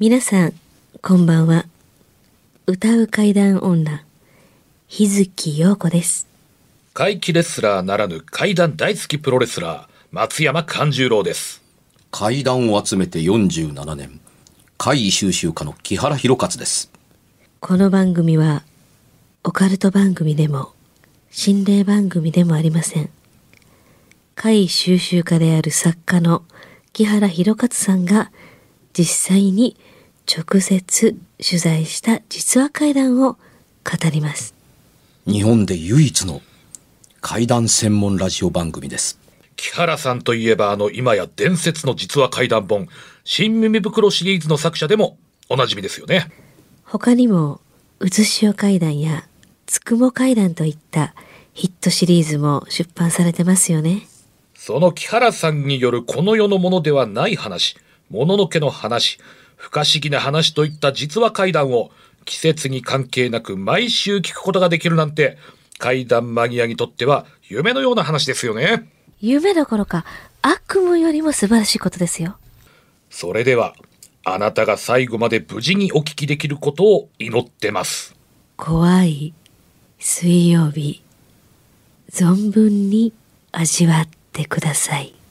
皆さんこんばんは。歌う怪談女日月陽子です。 怪奇レスラーならぬ怪談大好きプロレスラー松山勘十郎です。 怪談を集めて47年怪異収集家の木原博勝です。 この番組はオカルト番組でも心霊番組でもありません。怪異収集家である作家の木原博勝さんが実際に直接取材した実話怪談を語ります。 日本で唯一の怪談専門ラジオ番組です。 木原さんといえば今や伝説の実話怪談本新耳袋シリーズの作者でもおなじみですよね。 他にもうずしお怪談やつくも怪談といったヒットシリーズも出版されてますよね。 その木原さんによるこの世のものではない話、もののけの話、不可思議な話といった実話怪談を季節に関係なく毎週聞くことができるなんて怪談マニアにとっては夢のような話ですよね。 夢どころか悪夢よりも素晴らしいことですよ。 それではあなたが最後まで無事にお聞きできることを祈ってます。 怖い水曜日、存分に味わってください。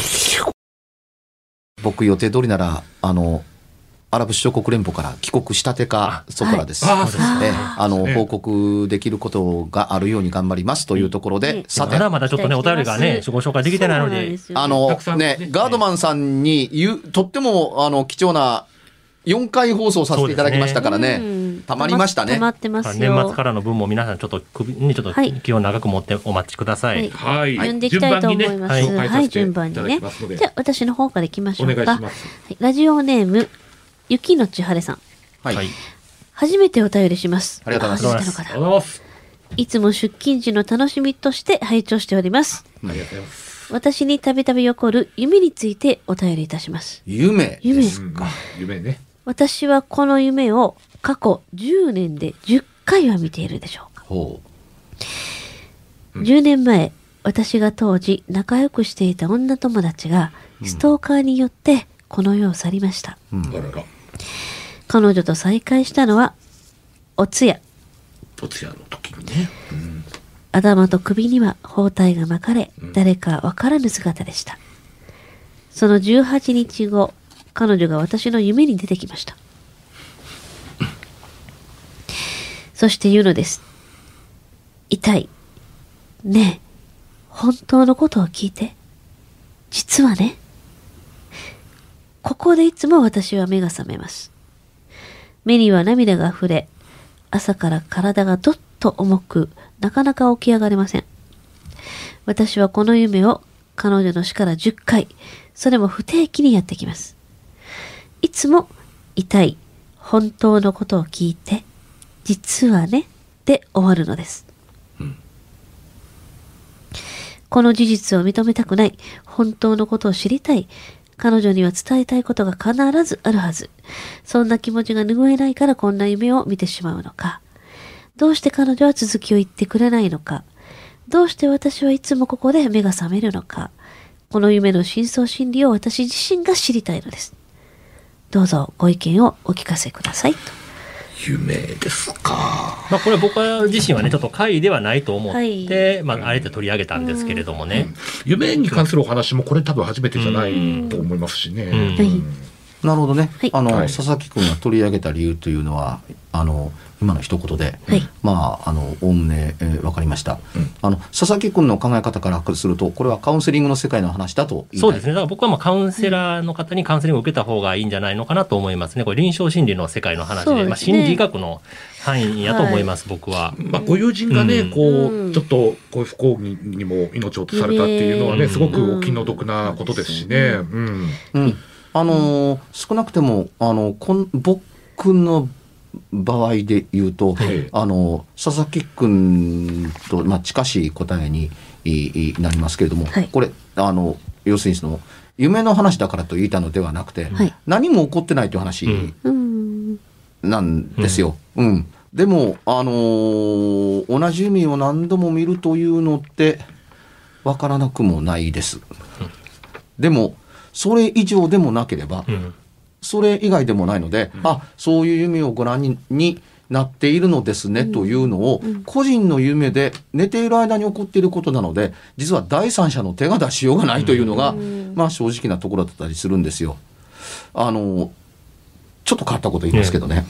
僕予定通りならアラブ首長国連邦から帰国したてかそこらです。報告できることがあるように頑張りますというところで、さてまだちょっとねお便りがねご紹介できてないので、 ガードマンさんにとっても貴重な4回放送させていただきましたからね、たまりましたね。 たまってますよ。 年末からの分も皆さんちょっと首にちょっと気を長く持ってお待ちください。 はい、 読んでいきたいと思います。はい、順番にね。じゃあ私の方からいきましょうか。 お願いします。 ラジオネーム雪のちはれさん。 はい、 初めてお便りします。 ありがとうございます。 初めての方。いつも出勤時の楽しみとして拝聴しております。 ありがとうございます。 私にたびたび起こる夢についてお便りいたします。 夢ですか。 夢ね。 私はこの夢を過去10年で10回は見ているでしょうか。10年前、私が当時仲良くしていた女友達がストーカーによってこの世を去りました。彼女と再会したのはお通夜の時にね、 頭と首には包帯が巻かれ、誰かわからぬ姿でした。その18日後、彼女が私の夢に出てきました。そして言うのです。痛い。ねえ、本当のことを聞いて。実はね。ここでいつも私は目が覚めます。目には涙が溢れ、朝から体がどっと重く、なかなか起き上がれません。私はこの夢を彼女の死から10回、それも不定期にやってきます。いつも痛い、本当のことを聞いて、実はね、で終わるのです。この事実を認めたくない、本当のことを知りたい、彼女には伝えたいことが必ずあるはず。そんな気持ちが拭えないからこんな夢を見てしまうのか。どうして彼女は続きを言ってくれないのか。どうして私はいつもここで目が覚めるのか。この夢の深層心理を私自身が知りたいのです。どうぞご意見をお聞かせくださいと。 夢ですか。 これ僕自身はねちょっと怪異ではないと思って、あえて取り上げたんですけれどもね、 夢に関するお話もこれ多分初めてじゃないと思いますしね。 なるほどね。佐々木君が取り上げた理由というのは今の一言で、おおむね分かりました。佐々木君の考え方からするとこれはカウンセリングの世界の話だと言いたい。 そうですね。だから僕はカウンセラーの方にカウンセリングを受けた方がいいんじゃないのかなと思いますね。これ臨床心理の世界の話で、心理学の範囲やと思います、僕は。 ご友人がね、ちょっとこういう不幸にも命を落とされたっていうのはね、すごくお気の毒なことですしね。 少なくても僕の場合で言うと、佐々木君と、近しい答えになりますけれども、これ要するにその夢の話だからと言いたのではなくて、何も起こってないという話なんですよ。でも同じ夢を何度も見るというのって分からなくもないです。でもそれ以上でもなければ、 それ以外でもないので、そういう夢をご覧になっているのですねというのを、個人の夢で寝ている間に起こっていることなので、実は第三者の手が出しようがないというのが、正直なところだったりするんですよ。ちょっと変わったこと言いますけどね、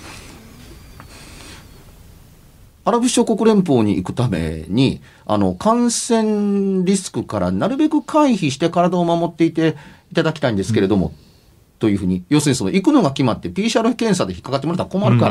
アラブ首長国連邦に行くために感染リスクからなるべく回避して体を守っていていただきたいんですけれども、というふうに、要するに行くのが決まって PCR 検査で引っかかってもらったら困るから、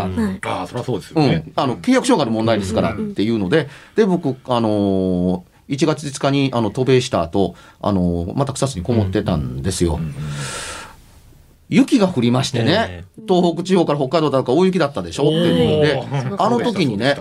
そりゃそうですよね、 契約書がある問題ですからっていうので、僕1月5日に渡米した後また草津にこもってたんですよ。雪が降りましてね、東北地方から北海道だとか大雪だったでしょっていうので、あの時にね、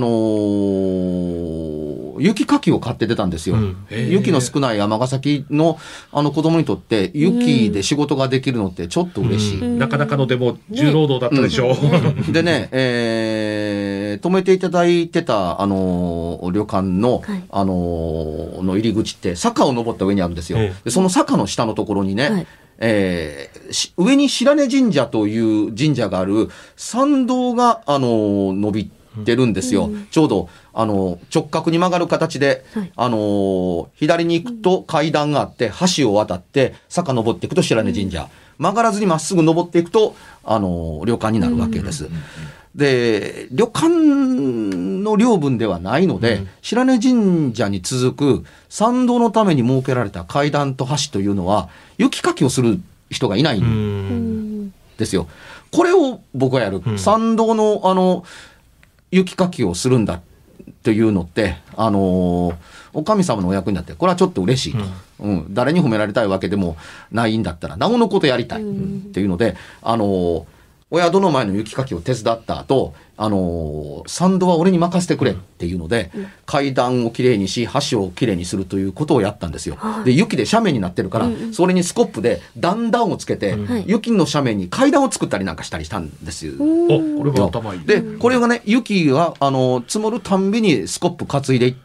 雪かきを買って出たんですよ。雪の少ない尼崎の子供にとって雪で仕事ができるのってちょっと嬉しい。 なかなかのでも重労働だったでしょう。 でね、泊めていただいてた旅館の、の入り口って坂を登った上にあるんですよ。でその坂の下のところにね、上に白根神社という神社がある参道が伸びてるんですよ。ちょうど直角に曲がる形で、左に行くと階段があって橋を渡って坂登っていくと白根神社、曲がらずにまっすぐ登っていくと旅館になるわけです。で旅館の領分ではないので、白根神社に続く参道のために設けられた階段と橋というのは雪かきをする人がいないんですよ。これを僕はやる、参道の雪かきをするんだというのって、お神様のお役になって、これはちょっと嬉しいと、誰に褒められたいわけでもないんだったらなおのことやりたいっていうので、お宿の前の雪かきを手伝った後、参道は俺に任せてくれっていうので、階段をきれいにし橋をきれいにするということをやったんですよ。で雪で斜面になってるから、それにスコップで段々をつけて、雪の斜面に階段を作ったりなんかしたりしたんですよ。 これは頭いい。 でこれがね、雪が積もるたんびにスコップ担いでいって、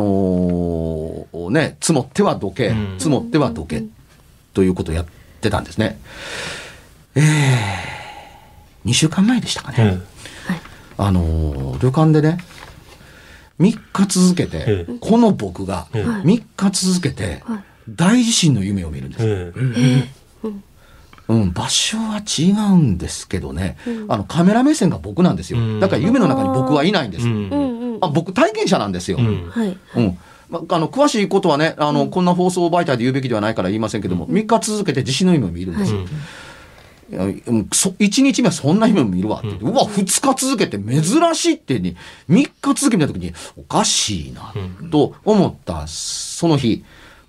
積もってはどけ、積もってはどけということをやってたんですね。2週間前でしたかね、旅館でね3日続けて、この僕が3日続けて大地震の夢を見るんですよ。場所は違うんですけどね、カメラ目線が僕なんですよ。だから夢の中に僕はいないんです。僕体験者なんですよ。詳しいことはね、こんな放送媒体で言うべきではないから言いませんけども、3日続けて地震の夢を見るんですよ。1日目はそんな夢も見るわって言って、うわ2日続けて珍しいってね、3日続け見た時におかしいなと思ったその日、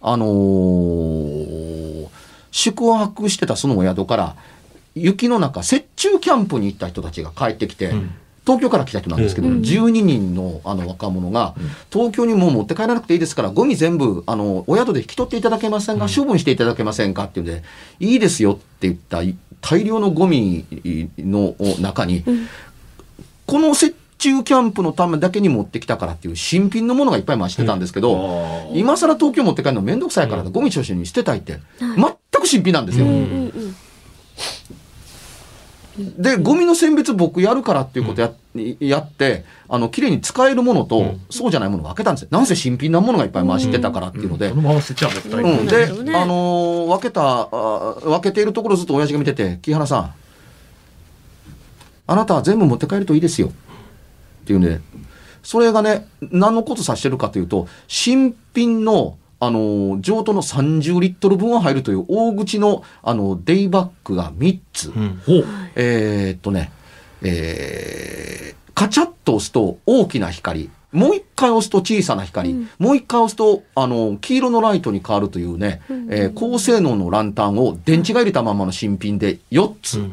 宿泊してたそのお宿から雪の中雪中キャンプに行った人たちが帰ってきて、東京から来た人なんですけど、12人の若者が、東京にもう持って帰らなくていいですから、ゴミ全部お宿で引き取っていただけませんか、処分していただけませんかっていうんで、いいですよって言った大量のゴミの中に、この雪中キャンプのためだけに持ってきたからっていう新品のものがいっぱい増してたんですけど、今更東京持って帰るのめんどくさいからゴミ調子に捨てたいって、全く新品なんですよ。でゴミの選別僕やるからっていうことやってきれいに使えるものと、そうじゃないものを分けたんですよ。なんせ新品なものがいっぱい回してたからっていうので、 そのまま捨てちゃもったいない。 で分けているところをずっと親父が見てて、木原さんあなたは全部持って帰るといいですよっていうんで、それがね何のこと指してるかというと、新品の上等の30リットル分は入るという大口のデイバッグが3つ、カチャッと押すと大きな光、もう一回押すと小さな光、もう一回押すと黄色のライトに変わるというね、高性能のランタンを電池が入れたままの新品で4つ、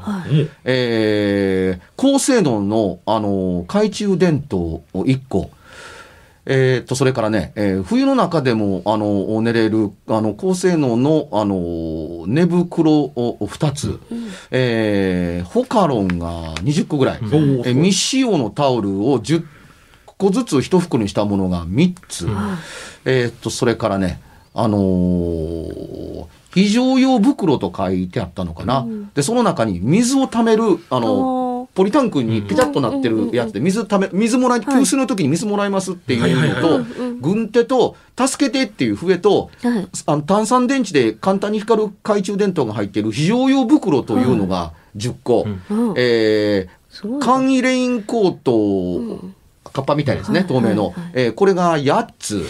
高性能の懐中電灯を1個、それからね、冬の中でも寝れる高性能の寝袋を2つ、ホカロンが20個ぐらい、未使用のタオルを10個ずつ1袋にしたものが3つ、それからね、 非常用袋と書いてあったのかな。で、その中に水を溜める、ポリタンクにペチャッとなってるやつで水もらい、給水の時に水もらいますっていうのと、軍手と、助けてっていう笛と、炭酸電池で簡単に光る懐中電灯が入っている非常用袋というのが10個。簡易レインコート、カッパみたいですね、透明の。これが8つ、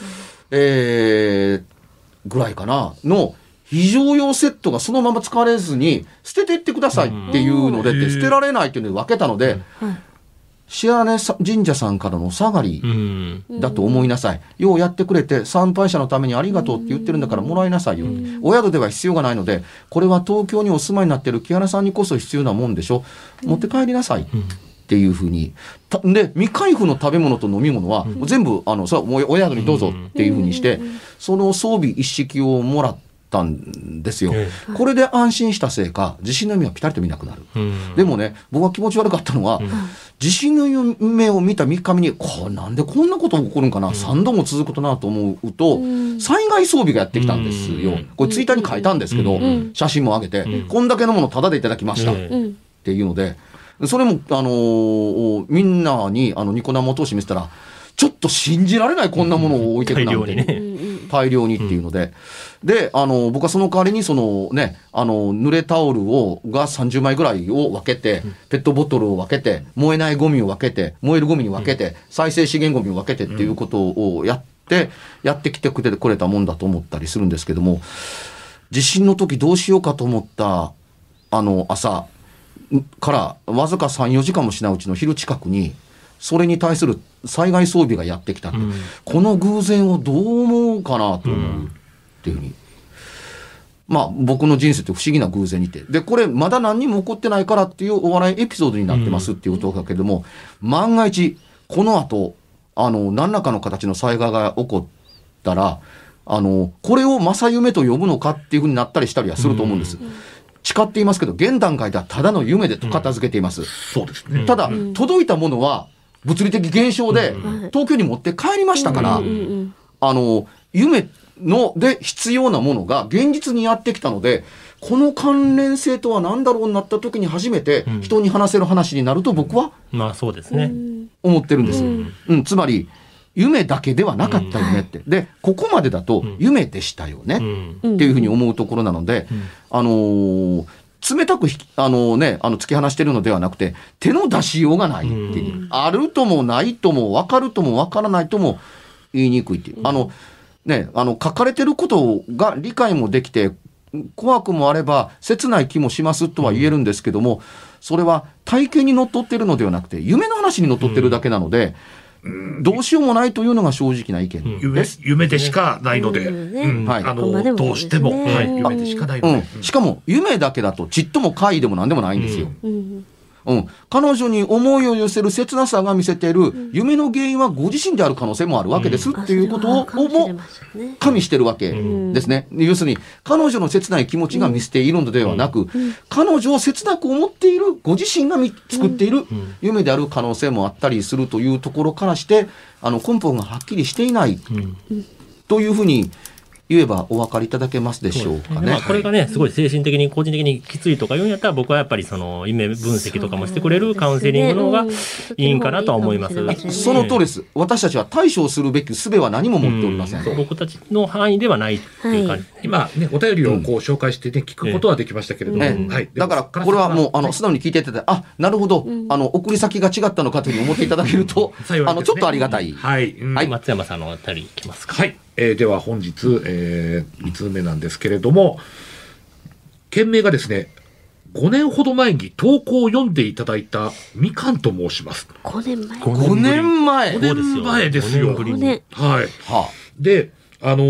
ぐらいかな、の非常用セットがそのまま使われずに、捨てていってくださいっていうので、捨てられないっていうので分けたので、白根神社さんからの下がりだと思いなさい。ようやってくれて参拝者のためにありがとうって言ってるんだからもらいなさいよ。お宿では必要がないので、これは東京にお住まいになってる木原さんにこそ必要なもんでしょ。持って帰りなさいっていうふうに。で、未開封の食べ物と飲み物は全部それはお宿にどうぞっていうふうにして、その装備一式をもらったんですよ。これで安心したせいか、地震の夢はピタリと見なくなる。でもね、僕が気持ち悪かったのは、地震の夢を見た3日目に、なんでこんなこと起こるんかな、3度も続くことなと思うと、災害装備がやってきたんですよ。これツイッターに書いたんですけど、写真も上げて、こんだけのものタダでいただきましたっていうので、それも、みんなにニコ生を通して見せたら、ちょっと信じられないこんなものを置いてくなんて。大量にっていうので。で、僕はその代わりに濡れタオルが30枚ぐらいを分けて、ペットボトルを分けて、燃えないゴミを分けて、燃えるゴミに分けて、再生資源ゴミを分けてっていうことをやってきてくれたもんだと思ったりするんですけども、地震の時どうしようかと思った朝からわずか3、4時間もしないうちの昼近くに、それに対する災害装備がやってきたって、この偶然をどう思うかなと思うっていうふうに。僕の人生って不思議な偶然にて。で、これまだ何にも起こってないからっていうお笑いエピソードになってますっていうことだけども、万が一、この後、何らかの形の災害が起こったら、これを正夢と呼ぶのかっていうふうになったりしたりはすると思うんです。誓っていますけど、現段階ではただの夢でと片付けています。 そうですね。 ただ、届いたものは、物理的現象で東京に持って帰りましたから、夢で必要なものが現実にやってきたので、この関連性とは何だろうになった時に初めて人に話せる話になると僕はそうですね。 思ってるんです。つまり夢だけではなかったよねって。で、ここまでだと夢でしたよねっていうふうに思うところなので、冷たく突き放してるのではなくて、手の出しようがないっていう。あるともないとも分かるとも分からないとも言いにくいっていう。書かれてることが理解もできて、怖くもあれば切ない気もしますとは言えるんですけども、それは体験にのっとってるのではなくて、夢の話にのっとってるだけなので、どうしようもないというのが正直な意見です。 夢でしかないので、どうしても、夢でしかないので。 しかも夢だけだとちっとも怪異でも何でもないんですよ。彼女に思いを寄せる切なさが見せている夢の原因はご自身である可能性もあるわけですっていうことをも加味してるわけですね。要するに彼女の切ない気持ちが見せているのではなく、彼女を切なく思っているご自身が作っている夢である可能性もあったりするというところからして、根本がはっきりしていないというふうに言えばお分かりいただけますでしょうかね。 これがね、すごい精神的に個人的にきついとか言うんやったら、僕はやっぱりその夢分析とかもしてくれるカウンセリングの方がいいんかなとは思います。 その通りです。私たちは対処するべき術は何も持っておりません。 僕たちの範囲ではないっていう感じ。 今ね、お便りを紹介してね、聞くことはできましたけれども、 だからこれはもう素直に聞いていただいて、なるほど、送り先が違ったのかというふうに思っていただけるとちょっとありがたい。 松山さんのあたりいきますか。 では本日、2通目なんですけれども、件名がですね、5年ほど前に投稿を読んでいただいたみかんと申します。 5年前 5年前ですよ。で、その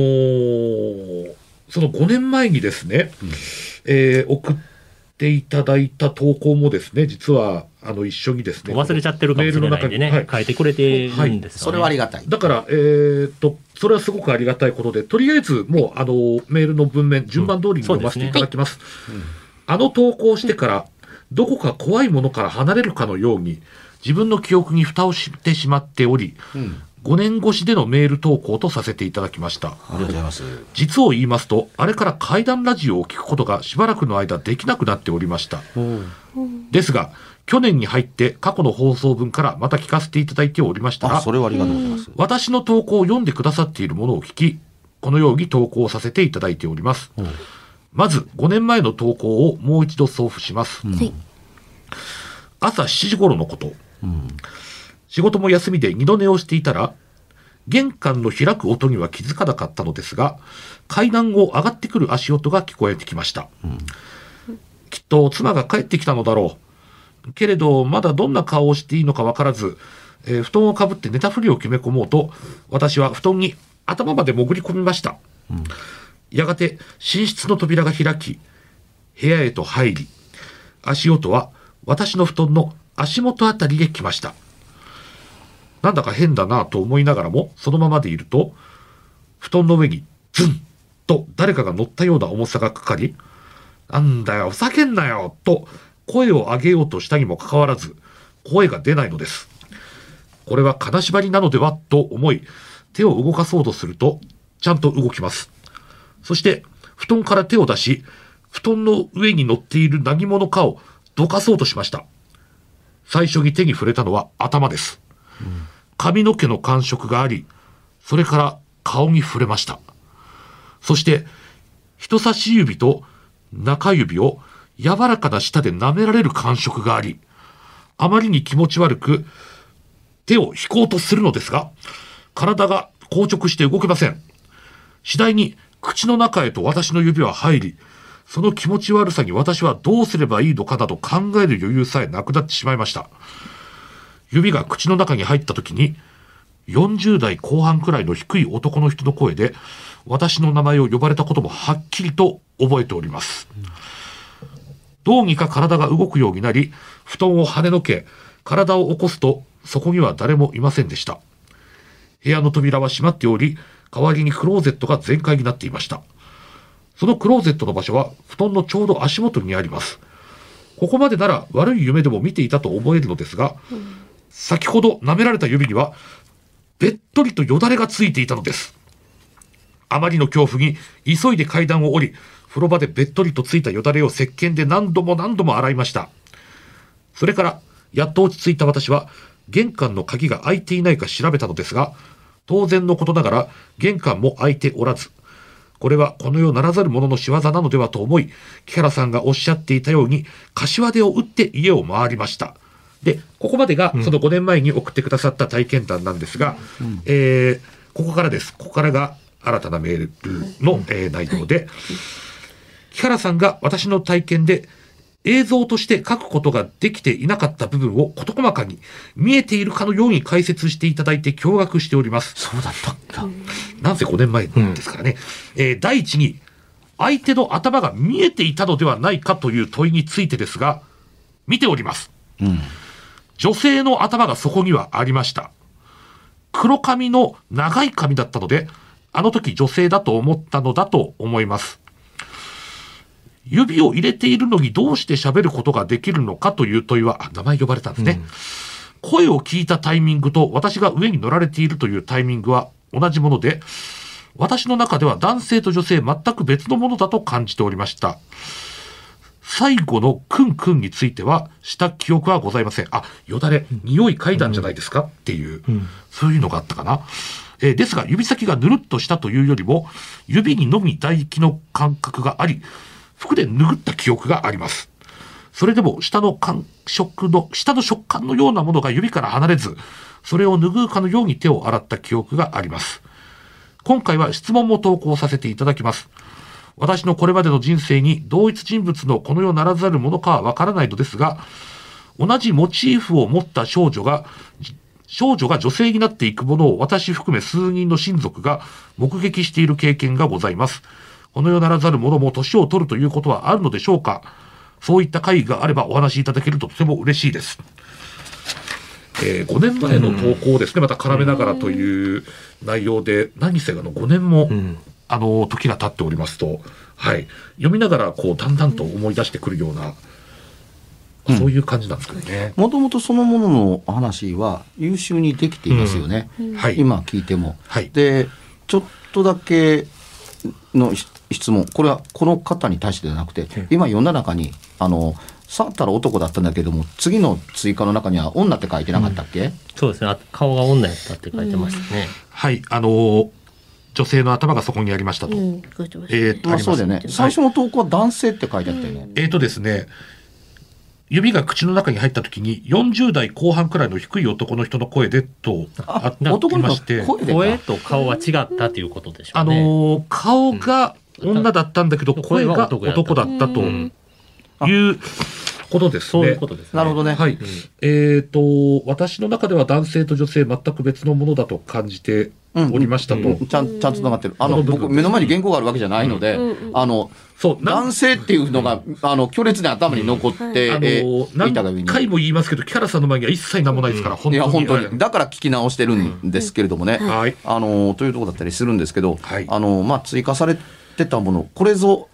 5年前にですね、送っていただいた投稿もですね、実は一緒にですね、 忘れちゃってるかもしれないんでね、書いてくれてるんですよね。 それはありがたい。 だから、それはすごくありがたいことで、とりあえずもうメールの文面、順番通りに読ませていただきます。投稿してから、どこか怖いものから離れるかのように、自分の記憶に蓋をしてしまっており、 5年越しでのメール投稿とさせていただきました。 ありがとうございます。 実を言いますと、あれから怪談ラジオを聞くことがしばらくの間できなくなっておりました。ですが、去年に入って過去の放送分からまた聞かせていただいておりましたら、 それはありがとうございます。 私の投稿を読んでくださっているものを聞き、このように投稿させていただいております。まず、5年前の投稿をもう一度送付します。朝7時頃のこと。仕事も休みで二度寝をしていたら、玄関の開く音には気づかなかったのですが、階段を上がってくる足音が聞こえてきました。きっと妻が帰ってきたのだろう。けれど、まだどんな顔をしていいのかわからず、布団をかぶって寝たふりを決め込もうと、私は布団に頭まで潜り込みました。やがて寝室の扉が開き、部屋へと入り、足音は私の布団の足元あたりで来ました。なんだか変だなと思いながらも、そのままでいると、布団の上にズンと誰かが乗ったような重さがかかり、なんだよ、ふざけんなよと声を上げようとしたにもかかわらず、声が出ないのです。これは金縛りなのではと思い、手を動かそうとすると、ちゃんと動きます。そして、布団から手を出し、布団の上に乗っている何者かをどかそうとしました。最初に手に触れたのは頭です。髪の毛の感触があり、それから顔に触れました。そして、人差し指と中指を柔らかな舌で舐められる感触があり、あまりに気持ち悪く、手を引こうとするのですが、体が硬直して動けません。次第に口の中へと私の指は入り、その気持ち悪さに私はどうすればいいのかなど考える余裕さえなくなってしまいました。指が口の中に入った時に、40代後半くらいの低い男の人の声で、私の名前を呼ばれたこともはっきりと覚えております。どうにか体が動くようになり、布団を跳ねのけ、体を起こすと、そこには誰もいませんでした。部屋の扉は閉まっており、代わりにクローゼットが全開になっていました。そのクローゼットの場所は、布団のちょうど足元にあります。ここまでなら悪い夢でも見ていたと思えるのですが、先ほど舐められた指には、べっとりとよだれがついていたのです。あまりの恐怖に、急いで階段を降り、風呂場でべっとりとついたよだれを石鹸で何度も洗いました。それから、やっと落ち着いた私は、玄関の鍵が開いていないか調べたのですが、当然のことながら、玄関も開いておらず、これはこの世ならざる者の仕業なのではと思い、木原さんがおっしゃっていたように、柏手を打って家を回りました。で、ここまでがその5年前に送ってくださった体験談なんですが、ここからです。ここからが新たなメールの、内容で、木原さんが私の体験で映像として書くことができていなかった部分を事細かに見えているかのように解説していただいて驚愕しております。 そうだったんだ。 なんせ5年前ですからね。第一に、相手の頭が見えていたのではないかという問いについてですが、見ております。女性の頭がそこにはありました。黒髪の長い髪だったので、あの時女性だと思ったのだと思います。指を入れているのにどうして喋ることができるのかという問いは、名前呼ばれたんですね。声を聞いたタイミングと私が上に乗られているというタイミングは同じもので、私の中では男性と女性全く別のものだと感じておりました。最後のクンクンについてはした記憶はございません。よだれ、匂い嗅いだんじゃないですかっていう、そういうのがあったかな。ですが、指先がぬるっとしたというよりも、指にのみ唾液の感覚があり、服で拭った記憶があります。それでも下の食感のようなものが指から離れず、それを拭うかのように手を洗った記憶があります。今回は質問も投稿させていただきます。私のこれまでの人生に同一人物のこの世ならざるものかはわからないのですが、同じモチーフを持った少女が女性になっていくものを私含め数人の親族が目撃している経験がございます。この世ならざる者も年を取るということはあるのでしょうか。そういった会議があればお話しいただけるととても嬉しいです。5年前の投稿をですね、また絡めながらという内容で、何せ5年も、時が経っておりますと、はい、読みながらだんだんと思い出してくるようなそういう感じなんですかね。 もともとそのものの話は優秀にできていますよね。 はい。 今聞いても。 はい。 で、ちょっとだけの質問、これはこの方に対してではなくて、今世の中に、触ったら男だったんだけども、次の追加の中には女って書いてなかったっけ？ そうですね。顔が女やったって書いてましたね。 はい。女性の頭がそこにありましたと。 まあそうだよね。最初の投稿は男性って書いてあったよね。 ですね、指が口の中に入った時に40代後半くらいの低い男の人の声でとあってまして、 声と顔は違ったということでしょうね。 顔が女だったんだけど、声が男だったということですね。 そういうことですね。 なるほどね。 はい。私の中では男性と女性全く別のものだと感じておりましたと。 ちゃんと繋がってる。僕、目の前に原稿があるわけじゃないので、男性っていうのが、強烈に頭に残っていたがゆえに。何回も言いますけど、キャラさんの前には一切何もないですから、 本当に。いや、本当に。だから聞き直してるんですけれどもね。 はい。 というところだったりするんですけど、まあ、追加されてたもの、これぞ、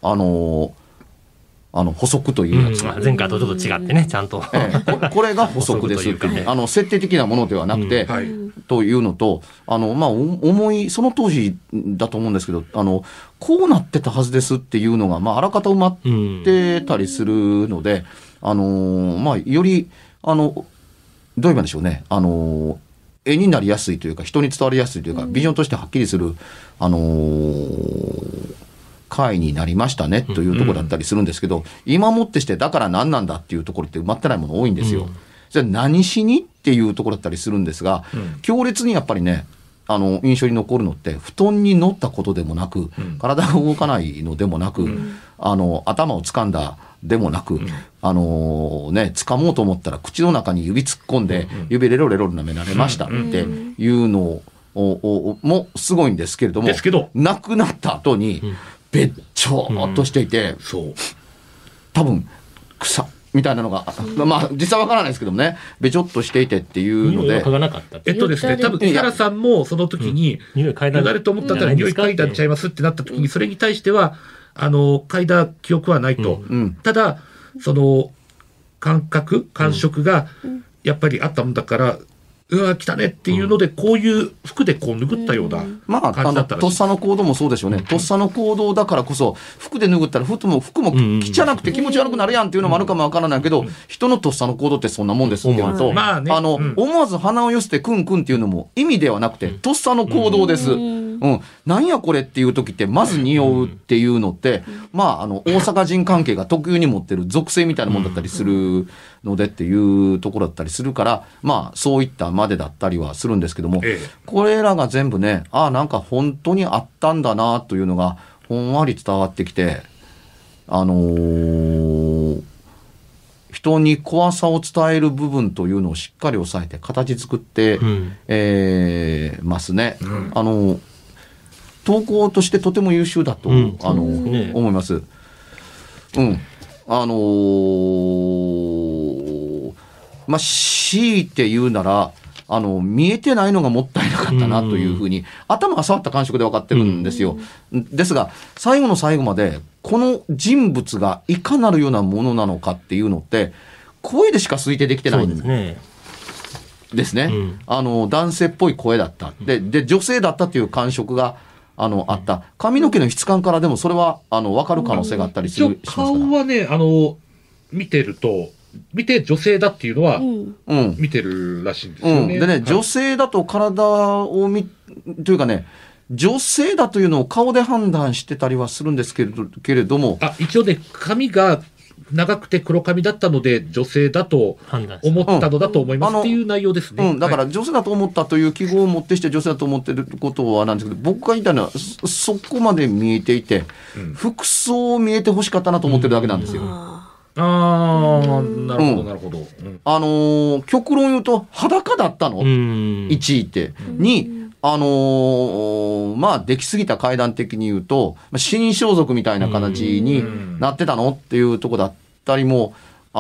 補足というやつ、 前回とちょっと違ってね、ちゃんと、 これが補足ですっていう、設定的なものではなくて、というのと、まあ、その当時だと思うんですけど、こうなってたはずですっていうのが、まあ、あらかた埋まってたりするので、まあ、より、どう言えばでしょうね、絵になりやすいというか、人に伝わりやすいというか、ビジョンとしてはっきりする、回になりましたねというところだったりするんですけど、今もってしてだから何なんだっていうところって埋まってないもの多いんですよ。じゃあ何しにっていうところだったりするんですが、強烈にやっぱりね、印象に残るのって布団に乗ったことでもなく、体が動かないのでもなく、頭を掴んだでもなく、掴もうと思ったら口の中に指突っ込んで、指レロレロ舐められましたっていうのもすごいんですけれども、亡くなった後にべっちょーっとしていて、多分草みたいなのが、まあ実際わからないですけどもね、べちょっとしていてっていうので、 ですね、多分木原さんもその時によだれと思ったら匂い嗅いだんちゃいますってなった時に、それに対しては嗅いだ記憶はないと。ただその感触がやっぱりあったもんだから、うわ来たねっていうので、こういう服でこう拭ったような感じだったらしい。 とっさの行動もそうでしょうね。とっさの行動だからこそ、服で拭ったら服も汚くて気持ち悪くなるやんっていうのもあるかもわからないけど、人のとっさの行動ってそんなもんですっていうのと、思わず鼻を寄せてクンクンっていうのも意味ではなくて、とっさの行動です。なんやこれっていう時ってまず匂うっていうのって、まあ大阪人関係が特有に持ってる属性みたいなもんだったりするのでっていうところだったりするから、まあそういったまでだったりはするんですけども、これらが全部ね、なんか本当にあったんだなというのがほんわり伝わってきて、人に怖さを伝える部分というのをしっかり抑えて形作って、ますね。投稿としてとても優秀だと、思います。まあ、強いて言うなら、見えてないのがもったいなかったなというふうに、頭が触った感触で分かってるんですよ。ですが、最後の最後まで、この人物がいかなるようなものなのかっていうのって、声でしか推定できてないんですね。男性っぽい声だった。で、女性だったという感触が、あった。髪の毛の質感からでもそれは、分かる可能性があったりしますから。 顔はね、見て女性だっていうのは、見てるらしいんですよね。 でね、女性だと体をというかね、女性だというのを顔で判断してたりはするんですけれども。 一応ね、髪が長くて黒髪だったので、女性だと思ったのだと思いますっていう内容ですね。 だから女性だと思ったという記号を持ってして女性だと思ってることはなんですけど、僕が言いたいのは、そこまで見えていて、服装を見えてほしかったなと思ってるだけなんですよ。 なるほど、なるほど。 極論言うと、裸だったの ?1 位って。に、まあ、できすぎた階段的に言うと、死人装束みたいな形になってたのっていうとこだったりも、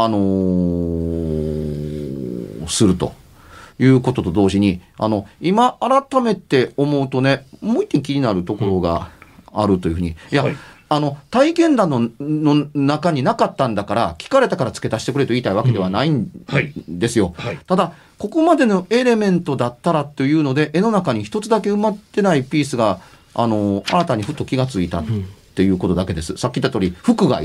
するということと同時に、今改めて思うとね、もう一点気になるところがあるというふうに。いや、 体験談の中になかったんだから聞かれたから付け足してくれと言いたいわけではないんですよ、 はい、 ただここまでのエレメントだったらというので絵の中に一つだけ埋まってないピースが新たにふと気がついたっていうことだけです。さっき言った通り服が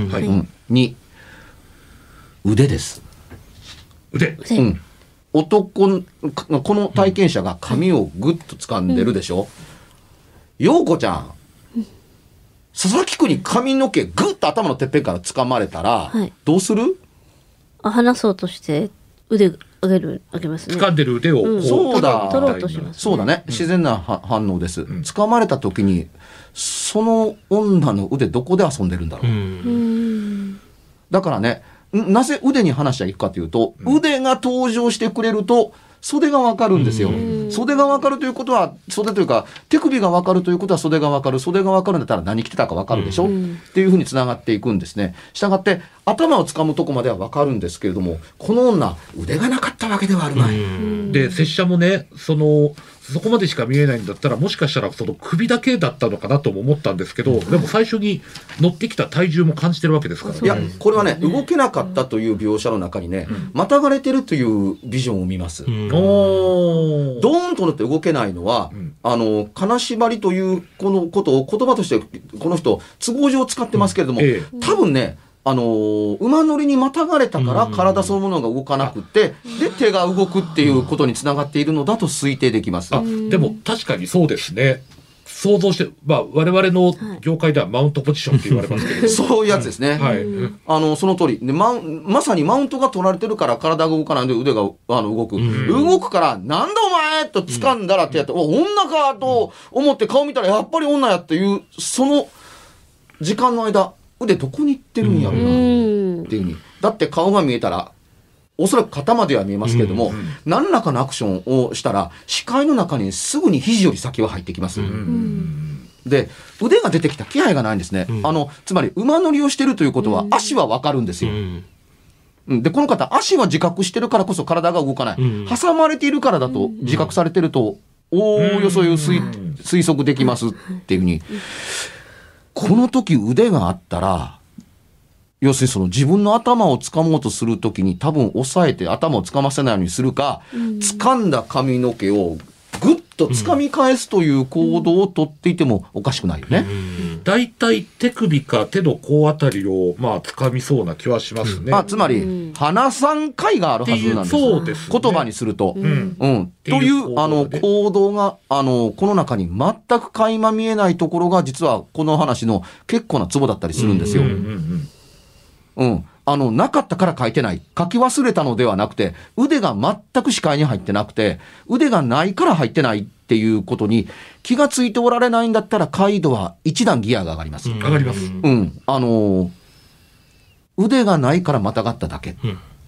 1、2腕です。 腕、 この体験者が髪をぐっと掴んでるでしょ、陽子ちゃん、佐々木くんに髪の毛ぐっと頭のてっぺんから掴まれたら、どうする？ 離そうとして腕上げますね。 掴んでる腕をそうだ、 取ろうとします、ね。 そうだね、自然な反応です。掴まれた時にその女の腕どこで遊んでるんだろう。だからね、なぜ腕に話がいくかというと、腕が登場してくれると袖がわかるんですよ。袖がわかるということは、袖というか手首がわかるということは袖がわかる。袖がわかるんだったら何着てたかわかるでしょ、っていうふうにつながっていくんですね。したがって頭を掴むとこまではわかるんですけれども、この女腕がなかったわけではあるまい。 で拙者もね、そこまでしか見えないんだったら、もしかしたらその首だけだったのかなとも思ったんですけど、でも最初に乗ってきた体重も感じてるわけですからね。 いや、これはね、動けなかったという描写の中にね、またがれてるというビジョンを見ます。ドーンと乗って動けないのは、金縛りというこのことを言葉としてこの人都合上使ってますけれども、多分ね、馬乗りにまたがれたから体そのものが動かなくて、で手が動くっていうことにつながっているのだと推定できます。 でも確かにそうですね。想像して、我々の業界ではマウントポジションって言われますけど、 そういうやつですね。その通りで、まさにマウントが取られてるから体が動かないので腕が動く、動くからなんだお前と掴んだらってやって、女かと思って顔見たらやっぱり女やっていう、その時間の間腕どこに行ってるんやろうなっていうふうに。だって顔が見えたらおそらく肩までは見えますけれども、何らかのアクションをしたら視界の中にすぐに肘より先は入ってきます。で、腕が出てきた気配がないんですね。つまり馬乗りをしてるということは足はわかるんですよ。で、この方足は自覚してるからこそ体が動かない。挟まれているからだと自覚されてるとおおよそ推測できますっていうふうに。この時腕があったら、要するにその自分の頭を掴もうとする時に多分押さえて頭を掴ませないようにするか、掴んだ髪の毛をぐっと掴み返すという行動をとっていてもおかしくないよね。 だいたい手首か手の甲あたりを掴みそうな気はしますね。 つまり鼻3回があるはずなんです。 そうですね、 言葉にすると。という行動がこの中に全く垣間見えないところが実はこの話の結構なツボだったりするんですよ。なかったから書いてない。書き忘れたのではなくて、腕が全く視界に入ってなくて、腕がないから入ってないっていうことに気がついておられないんだったら、回路は一段ギアが上がります。 上がります。 腕がないからまたがっただけ。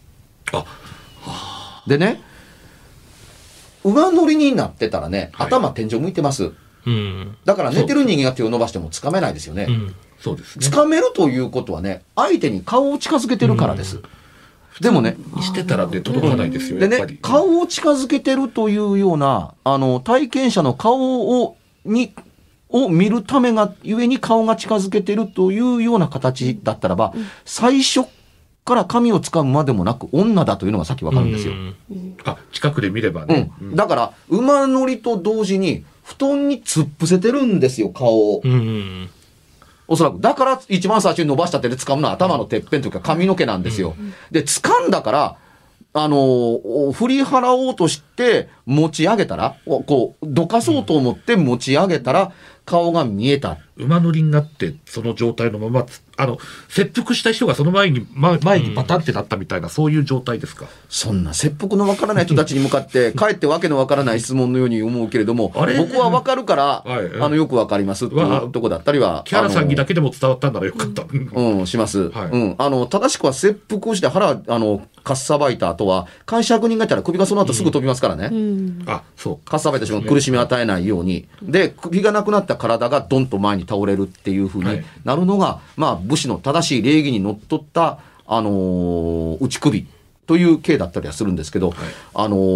でね、馬乗りになってたらね、頭天井向いてます。だから寝てる人間が手を伸ばしてもつかめないですよね。 そうですね。 掴めるということはね、相手に顔を近づけてるからです。でもね、 してたらね、届かないですよ。 でね、顔を近づけてるというような、体験者の顔を見るためがゆえに顔が近づけてるというような形だったらば、最初から髪を掴むまでもなく女だというのがさっきわかるんですよ。 近くで見ればね。 だから馬乗りと同時に布団に突っ伏せてるんですよ、顔を。おそらく。だから一番最初に伸ばした手で掴むのは頭のてっぺんというか髪の毛なんですよ。で、掴んだから、振り払おうとして持ち上げたら、どかそうと思って持ち上げたら、顔が見えた。 馬乗りになってその状態のまま切腹した人がその前にバタンってなったみたいな、そういう状態ですか。 そんな切腹のわからない人たちに向かってかえってわけのわからない質問のように思うけれども、僕はわかるから、よくわかりますっていうとこだったりは、 木原さんにだけでも伝わったんならよかった。 します。正しくは切腹をして腹かっさばいた後は、会社役人がいたら首がその後すぐ飛びますからね。 そうかっさばいた人が苦しみを与えないように。で、首がなくなった体がドンと前に倒れるっていう風になるのが、武士の正しい礼儀にのっとった、打ち首という刑だったりはするんですけど、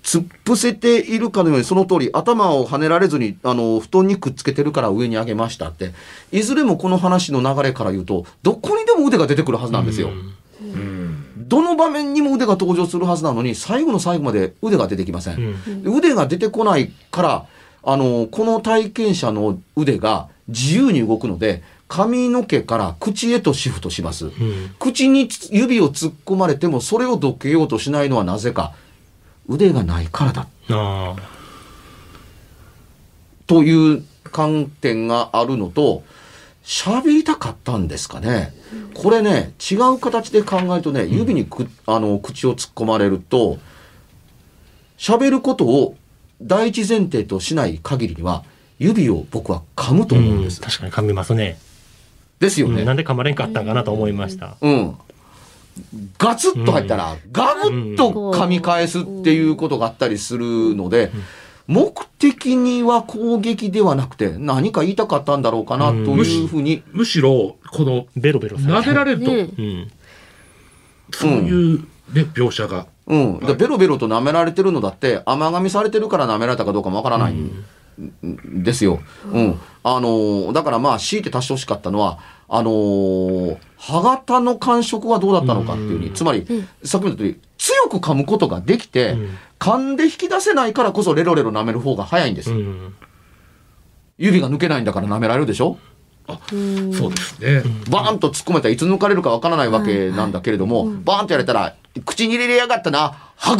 突っ伏せているかのように、その通り頭を跳ねられずに布団にくっつけてるから上に上げましたって、いずれもこの話の流れから言うとどこにでも腕が出てくるはずなんですよ。どの場面にも腕が登場するはずなのに最後の最後まで腕が出てきません。腕が出てこないからこの体験者の腕が自由に動くので髪の毛から口へとシフトします、口に指を突っ込まれてもそれをどけようとしないのはなぜか、腕がないからだという観点があるのと、喋りたかったんですかね。これね、違う形で考えるとね、指に口を突っ込まれると喋ることを第一前提としない限りには指を僕は噛むと思うんです。 確かに噛みますね。 ですよね。 なんで噛まれんかったんかなと思いました。 ガツッと入ったら、ガブッと噛み返すっていうことがあったりするので、目的には攻撃ではなくて何か言いたかったんだろうかなというふうに、 むしろこのベロベロ撫でられると、そういう、ね、描写が、 でベロベロと舐められてるのだって甘噛みされてるから舐められたかどうかもわからないんですよ。だからまあ強いて足してほしかったのは歯型の感触はどうだったのかっていうに、つまりさっきも言ったように強く噛むことができて、噛んで引き出せないからこそレロレロ舐める方が早いんです、指が抜けないんだから舐められるでしょ。 そうですね。 バーンと突っ込めたらいつ抜かれるかわからないわけなんだけれども、バーンとやれたら口に入れやがったな、ハグ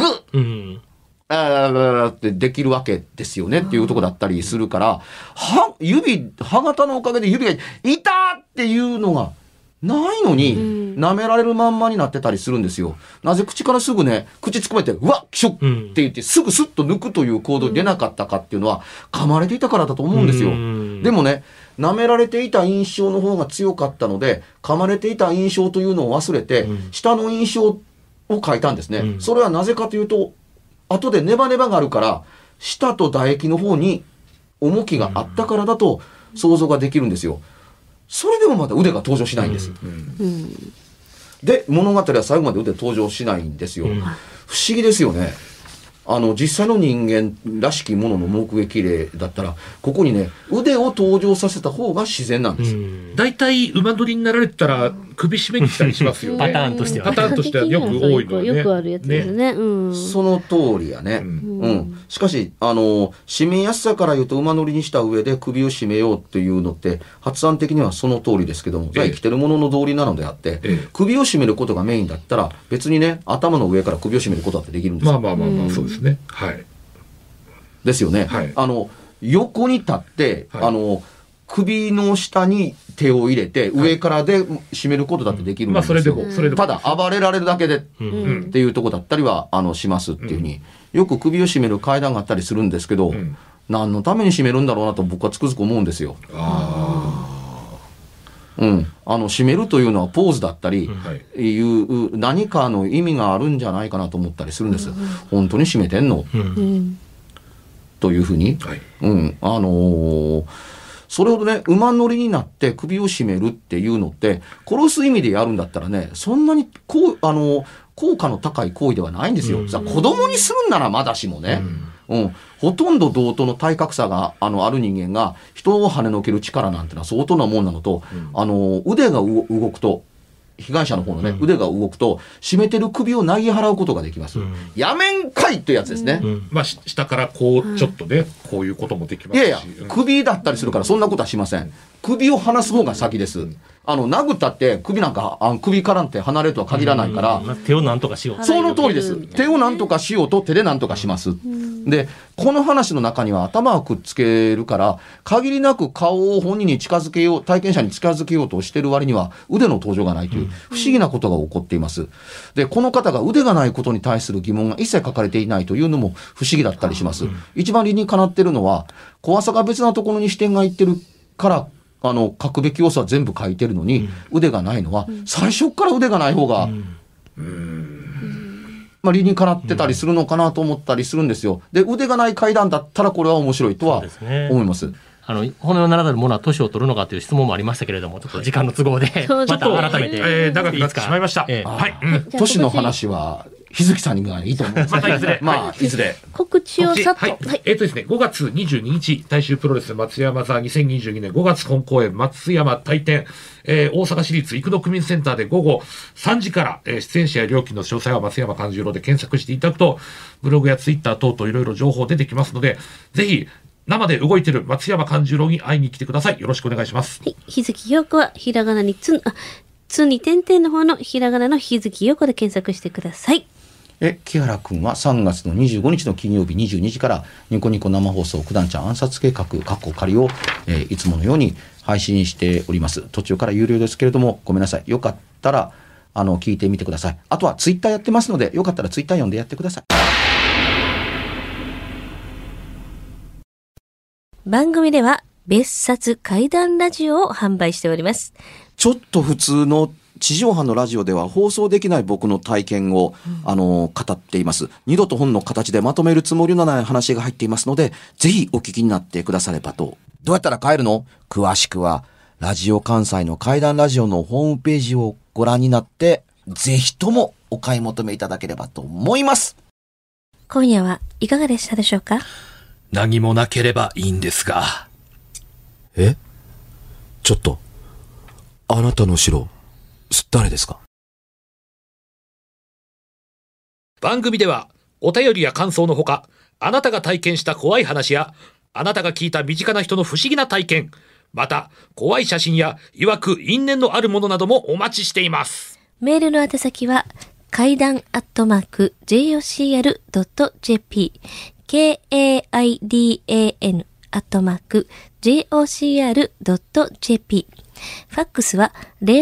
ってできるわけですよねっていうとこだったりするから、歯型のおかげで指が痛っていうのがないのに、舐められるまんまになってたりするんですよ。なぜ口からすぐね、口突っ込めて、うわっ、キショッって言って、すぐスッと抜くという行動に出なかったかっていうのは、噛まれていたからだと思うんですよ。でもね、舐められていた印象の方が強かったので、噛まれていた印象というのを忘れて、下の印象を書いたんですね。それはなぜかというと、後でネバネバがあるから、舌と唾液の方に重きがあったからだと想像ができるんですよ。それでもまだ腕が登場しないんです。で、物語は最後まで腕登場しないんですよ。不思議ですよね。実際の人間らしきものの目撃例だったら、ここにね、腕を登場させた方が自然なんです。 だいたい馬乗りになられたら首絞めに来たりしますよね。 パターンとしてはよく多いのはね。 よくあるやつですね。 その通りやね。しかし、締めやすさから言うと馬乗りにした上で首を絞めようっていうのって、発案的にはその通りですけども、生きてるものの道理なのであって、首を絞めることがメインだったら、別にね、頭の上から首を絞めることだってできるんですよ。 まあ、そうですね。はい。 ですよね。横に立って、首の下に手を入れて、上からで締めることだってできるんですよ。 それでもただ暴れられるだけでっていうとこだったりはしますっていうふうに、よく首を絞める階段があったりするんですけど、何のために締めるんだろうなと僕はつくづく思うんですよ。締めるというのはポーズだったり、いう何かの意味があるんじゃないかなと思ったりするんです。本当に締めてんの、というふうに、それほどね、馬乗りになって首を絞めるっていうのって、殺す意味でやるんだったらね、そんなに効果の高い行為ではないんですよ。子供にするんならまだしもね、ほとんど同等の体格差がある人間が人を跳ねのける力なんてのは相当なもんなのと、腕が動くと、被害者の方のね、腕が動くと締めてる首を投げ払うことができます。やめんかいってやつですね。 下からこうちょっとね、こういうこともできますし。 いや首だったりするからそんなことはしません。首を離す方が先です。殴ったって首なんか首からんって離れるとは限らないから、 手をなんとかしよう。 その通りです。手をなんとかしようと手でなんとかします。で、この話の中には頭をくっつけるから限りなく顔を本人に近づけよう、体験者に近づけようとしている割には腕の登場がないという不思議なことが起こっています。で、この方が腕がないことに対する疑問が一切書かれていないというのも不思議だったりします。一番理にかなっているのは、怖さが別なところに視点がいってるから書くべき要素は全部書いてるのに、腕がないのは、最初から腕がない方が、理にかなってたりするのかなと思ったりするんですよ。で、腕がない階段だったらこれは面白いとは思います。 骨のならざるものは年を取るのかという質問もありましたけれども、ちょっと時間の都合で、また改めて長くなってしまいました。 年の話は日月さんにがいいと思うんですまたいずれ。 まあいずれ告知をさっと。 はい。ですね、5月22日、大衆プロレス松山座2022年5月本公演、松山大展、大阪市立生野区民センターで午後3時から、出演者や料金の詳細は松山勘十郎で検索していただくと、ブログやツイッター等々いろいろ情報出てきますので、ぜひ、生で動いてる松山勘十郎に会いに来てください。よろしくお願いします。 はい。日月陽子はひらがなにつに点々の方のひらがなの日月陽子で検索してください。 木原くんは3月の25日の金曜日22時からニコニコ生放送九段ちゃん暗殺計画仮を、いつものように配信しております。途中から有料ですけれどもごめんなさい。よかったら聞いてみてください。あとはツイッターやってますのでよかったらツイッター読んでやってください。 番組では別冊怪談ラジオを販売しております。 ちょっと普通の地上波のラジオでは放送できない僕の体験を、語っています。二度と本の形でまとめるつもりのない話が入っていますので、ぜひお聞きになってくださればと。どうやったら帰るの？詳しくは、ラジオ関西の怪談ラジオのホームページをご覧になって、ぜひともお買い求めいただければと思います。 今夜はいかがでしたでしょうか？ 何もなければいいんですが。 ちょっと、あなたの城、誰ですか？ 番組ではお便りや感想のほか、あなたが体験した怖い話やあなたが聞いた身近な人の不思議な体験、また怖い写真や曰く因縁のあるものなどもお待ちしています。 メールの宛先は怪談@jocr.jp KAIDAN@jocr.jp ファックスは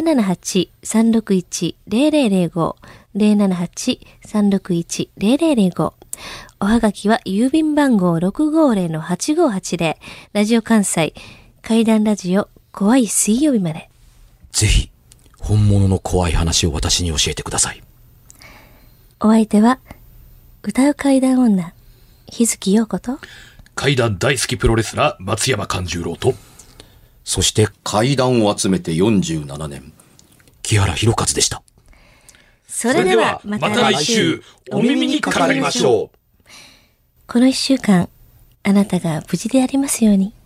078-361-0005 078-361-0005 おはがきは郵便番号 650-8580 ラジオ関西怪談ラジオ怖い水曜日まで。 ぜひ本物の怖い話を私に教えてください。 お相手は歌う怪談女日月陽子と怪談大好きプロレスラー松山勘十郎と、 そして怪談を集めて47年木原博一でした。 それではまた来週お耳にかかりましょう。 この1週間あなたが無事でありますように。